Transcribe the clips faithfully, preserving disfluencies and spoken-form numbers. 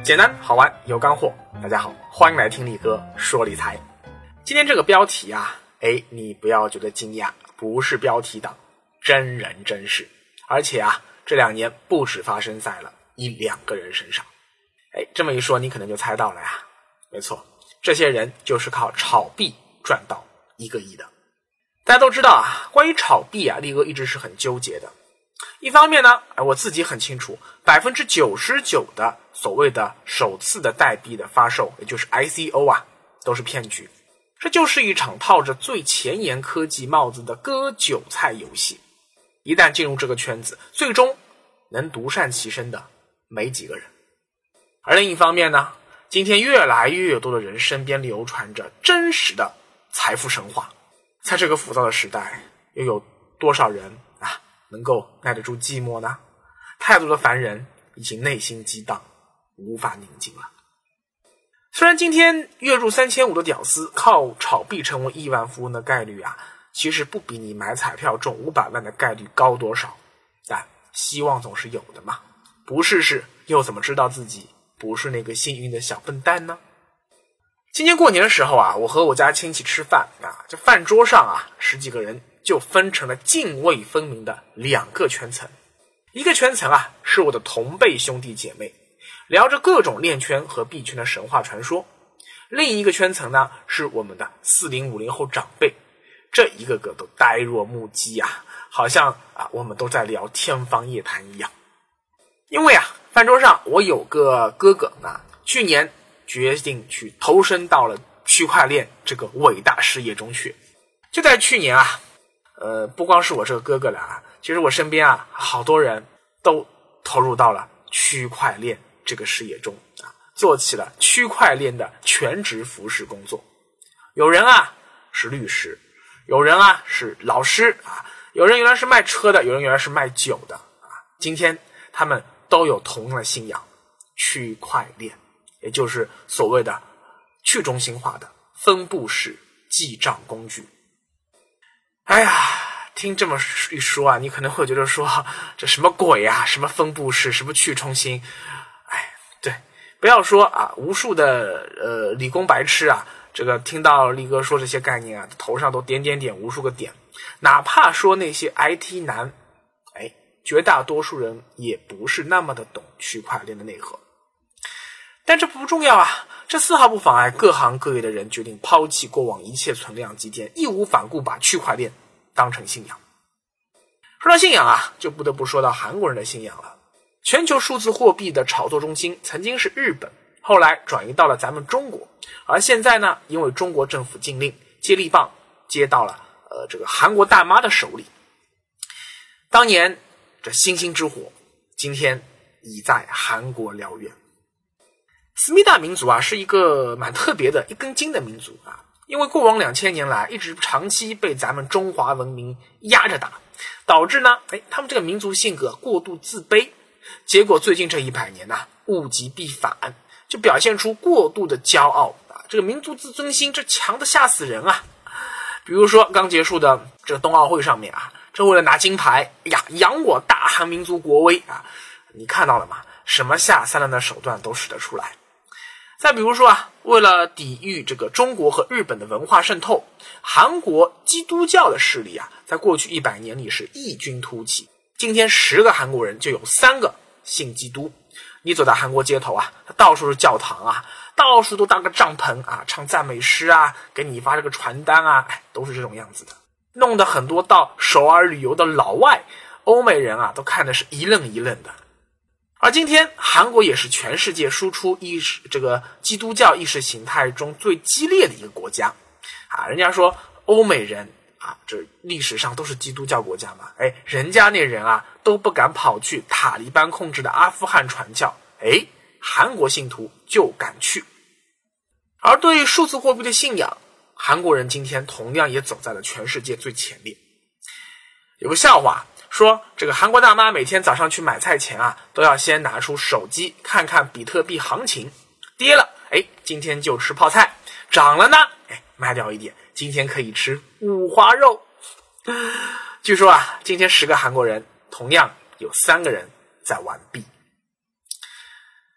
简单好玩有干货。大家好，欢迎来听力哥说理财。今天这个标题啊，哎，你不要觉得惊讶，不是标题党，真人真事。而且啊，这两年不止发生在了一两个人身上。哎，这么一说你可能就猜到了呀。没错，这些人就是靠炒币赚到一个亿的。大家都知道啊，关于炒币啊，力哥一直是很纠结的。一方面呢，我自己很清楚 百分之九十九 的所谓的首次的代币的发售，也就是 I C O 啊，都是骗局。这就是一场套着最前沿科技帽子的割韭菜游戏。一旦进入这个圈子，最终能独善其身的没几个人。而另一方面呢，今天越来越多的人身边流传着真实的财富神话。在这个浮躁的时代，又有多少人啊能够耐得住寂寞呢？太多的凡人已经内心激荡，无法宁静了。虽然今天月入三千五的屌丝靠炒币成为亿万富翁的概率啊，其实不比你买彩票中五百万的概率高多少，但希望总是有的嘛。不试试又怎么知道自己不是那个幸运的小笨蛋呢？今年过年的时候啊，我和我家亲戚吃饭啊，这饭桌上啊，十几个人就分成了泾渭分明的两个圈层。一个圈层啊，是我的同辈兄弟姐妹，聊着各种链圈和币圈的神话传说。另一个圈层呢，是我们的四零五零后长辈，这一个个都呆若木鸡啊，好像啊我们都在聊天方夜谭一样。因为啊，饭桌上我有个哥哥啊，去年决定去投身到了区块链这个伟大事业中去。就在去年啊，呃，不光是我这个哥哥了啊，其实我身边啊，好多人都投入到了区块链这个事业中啊，做起了区块链的全职服饰工作。有人啊是律师，有人啊是老师啊，有人原来是卖车的，有人原来是卖酒的啊。今天他们都有同样的信仰，区块链。也就是所谓的去中心化的分布式记账工具。哎呀，听这么一说啊，你可能会觉得说这什么鬼啊，什么分布式，什么去中心。哎，对，不要说啊，无数的呃理工白痴啊，这个听到力哥说这些概念啊，头上都点点点无数个点。哪怕说那些 I T 男，哎，绝大多数人也不是那么的懂区块链的内核。但这不重要啊，这丝毫不妨碍各行各业的人决定抛弃过往一切存量积淀，义无反顾把区块链当成信仰。说到信仰啊，就不得不说到韩国人的信仰了。全球数字货币的炒作中心曾经是日本，后来转移到了咱们中国，而现在呢，因为中国政府禁令，接力棒接到了呃这个韩国大妈的手里。当年这星星之火，今天已在韩国燎原。思密达民族啊，是一个蛮特别的一根筋的民族啊，因为过往两千年来一直长期被咱们中华文明压着打，导致呢，哎，他们这个民族性格过度自卑，结果最近这一百年呢、啊，物极必反，就表现出过度的骄傲啊，这个民族自尊心这强的吓死人啊！比如说刚结束的这个冬奥会上面啊，这为了拿金牌，哎呀，扬我大韩民族国威啊，你看到了吗？什么下三滥的手段都使得出来。再比如说啊，为了抵御这个中国和日本的文化渗透，韩国基督教的势力啊，在过去一百年里是异军突起。今天十个韩国人就有三个信基督。你走到韩国街头啊，到处是教堂啊，到处都搭个帐篷啊，唱赞美诗啊，给你发这个传单啊，哎，都是这种样子的。弄得很多到首尔旅游的老外、欧美人啊，都看的是一愣一愣的。而今天韩国也是全世界输出意识这个基督教意识形态中最激烈的一个国家啊，人家说欧美人啊，这历史上都是基督教国家嘛，哎，人家那人啊都不敢跑去塔利班控制的阿富汗传教，哎，韩国信徒就敢去。而对于数字货币的信仰，韩国人今天同样也走在了全世界最前列。有个笑话说，这个韩国大妈每天早上去买菜前啊，都要先拿出手机看看比特币行情，跌了，哎，今天就吃泡菜；涨了呢，哎，卖掉一点，今天可以吃五花肉。据说啊，今天十个韩国人同样有三个人在玩币。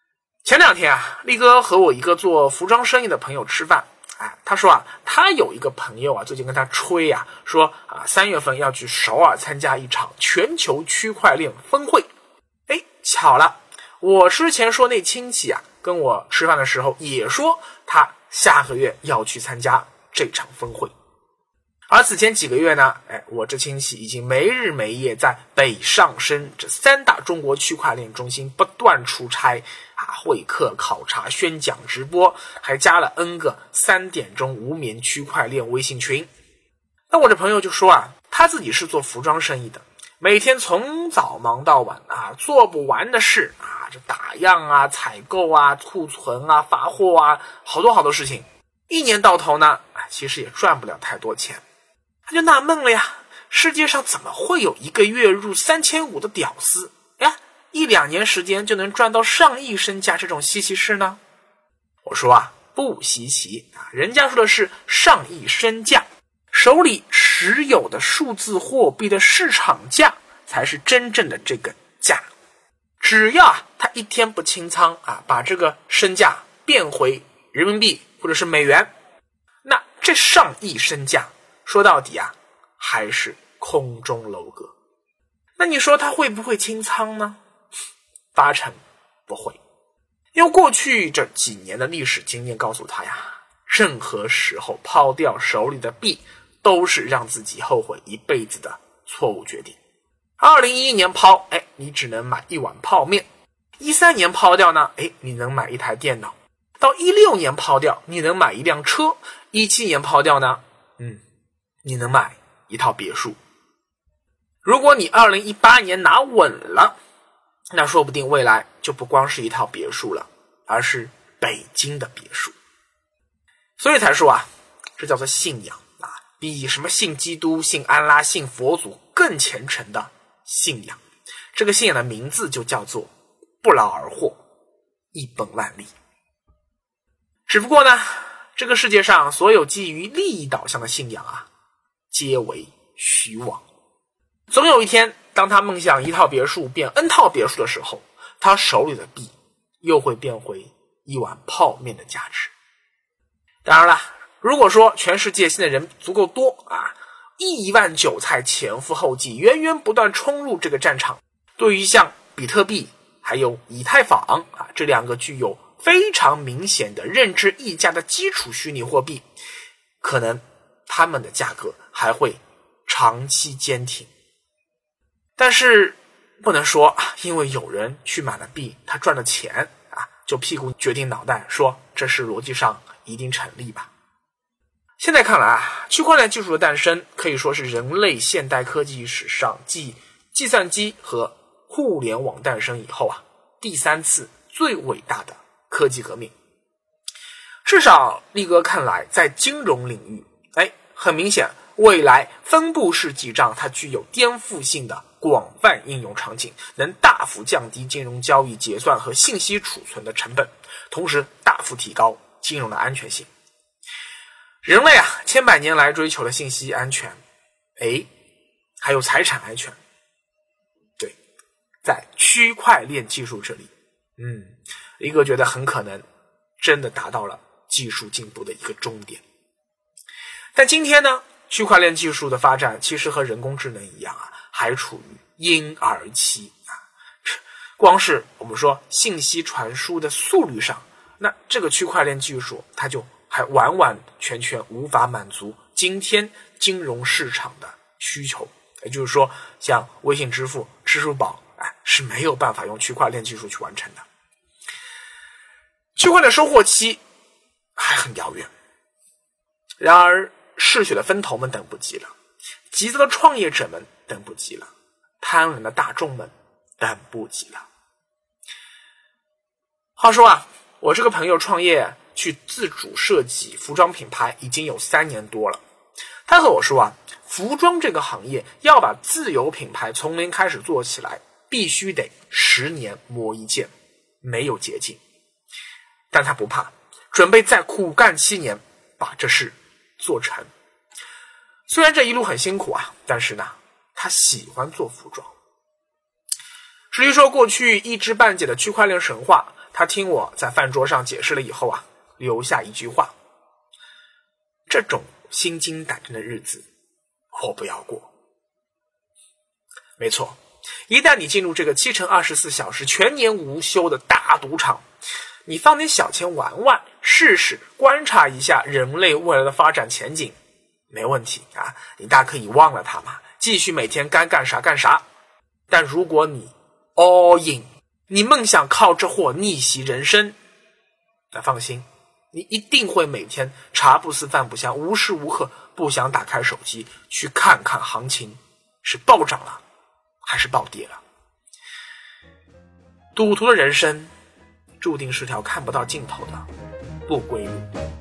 前两天啊，力哥和我一个做服装生意的朋友吃饭，哎，他说啊，他有一个朋友啊，最近跟他吹啊，说啊，三月份要去首尔参加一场全球区块链峰会。哎，巧了，我之前说那亲戚啊，跟我吃饭的时候也说他下个月要去参加这场峰会。而此前几个月呢，哎，我这亲戚已经没日没夜在北上深这三大中国区块链中心不断出差啊，会客、考察、宣讲、直播，还加了 N 个三点钟无眠区块链微信群。那我这朋友就说啊，他自己是做服装生意的，每天从早忙到晚啊，做不完的事啊，这打样啊、采购啊、库存啊、发货啊，好多好多事情。一年到头呢，其实也赚不了太多钱。他就纳闷了呀，世界上怎么会有一个月入三千五的屌丝呀，一两年时间就能赚到上亿身价这种稀奇事呢？我说啊，不稀奇啊，人家说的是上亿身价，手里持有的数字货币的市场价才是真正的这个价。只要啊，他一天不清仓啊，把这个身价变回人民币或者是美元，那这上亿身价说到底啊，还是空中楼阁。那你说他会不会清仓呢？八成不会，因为过去这几年的历史经验告诉他呀，任何时候抛掉手里的币都是让自己后悔一辈子的错误决定。二零一一年抛，哎，你只能买一碗泡面；一三年抛掉呢，哎，你能买一台电脑；到一六年抛掉，你能买一辆车；一七年抛掉呢，嗯。你能买一套别墅。如果你二零一八年拿稳了，那说不定未来就不光是一套别墅了，而是北京的别墅。所以才说啊，这叫做信仰啊，比什么信基督、信安拉、信佛祖更虔诚的信仰。这个信仰的名字就叫做不劳而获，一本万利。只不过呢，这个世界上所有基于利益导向的信仰啊，皆为虚妄。总有一天，当他梦想一套别墅变 N 套别墅的时候，他手里的币又会变回一碗泡面的价值。当然了，如果说全世界现在人足够多啊，亿万韭菜前赴后继，源源不断冲入这个战场，对于像比特币还有以太坊啊这两个具有非常明显的认知溢价的基础虚拟货币，可能他们的价格还会长期坚挺。但是不能说因为有人去买了币，他赚了钱啊，就屁股决定脑袋，说这是逻辑上一定成立吧。现在看来啊，区块链技术的诞生可以说是人类现代科技史上继计算机和互联网诞生以后啊，第三次最伟大的科技革命。至少力哥看来，在金融领域，哎，很明显，未来分布式记账它具有颠覆性的广泛应用场景，能大幅降低金融交易结算和信息储存的成本，同时大幅提高金融的安全性。人类啊，千百年来追求的信息安全，哎，还有财产安全，对，在区块链技术这里，嗯，力哥觉得很可能真的达到了技术进步的一个终点。但今天呢，区块链技术的发展其实和人工智能一样啊，还处于婴儿期啊。光是我们说信息传输的速率上，那这个区块链技术它就还完完全全无法满足今天金融市场的需求。也就是说，像微信支付、支付宝，哎，是没有办法用区块链技术去完成的。区块链收获期还很遥远。然而嗜血的分头们等不及了，急躁的创业者们等不及了，贪婪的大众们等不及了。话说啊，我这个朋友创业去自主设计服装品牌已经有三年多了。他和我说啊，服装这个行业要把自有品牌从零开始做起来，必须得十年磨一剑，没有捷径。但他不怕，准备再苦干七年把这事做成。虽然这一路很辛苦啊，但是呢，他喜欢做服装。至于说过去一知半解的区块链神话， 他听我在饭桌上解释了以后啊，留下一句话：这种心惊胆战的日子我不要过。没错，一旦你进入这个七乘二十四小时全年无休的大赌场，你放点小钱玩玩，试试观察一下人类未来的发展前景，没问题啊，你大可以忘了它嘛，继续每天该干啥干啥。但如果你 all in， 你梦想靠这货逆袭人生，那放心，你一定会每天茶不思饭不香，无时无刻不想打开手机去看看行情是暴涨了还是暴跌了。赌徒的人生注定是条看不到尽头的不归路。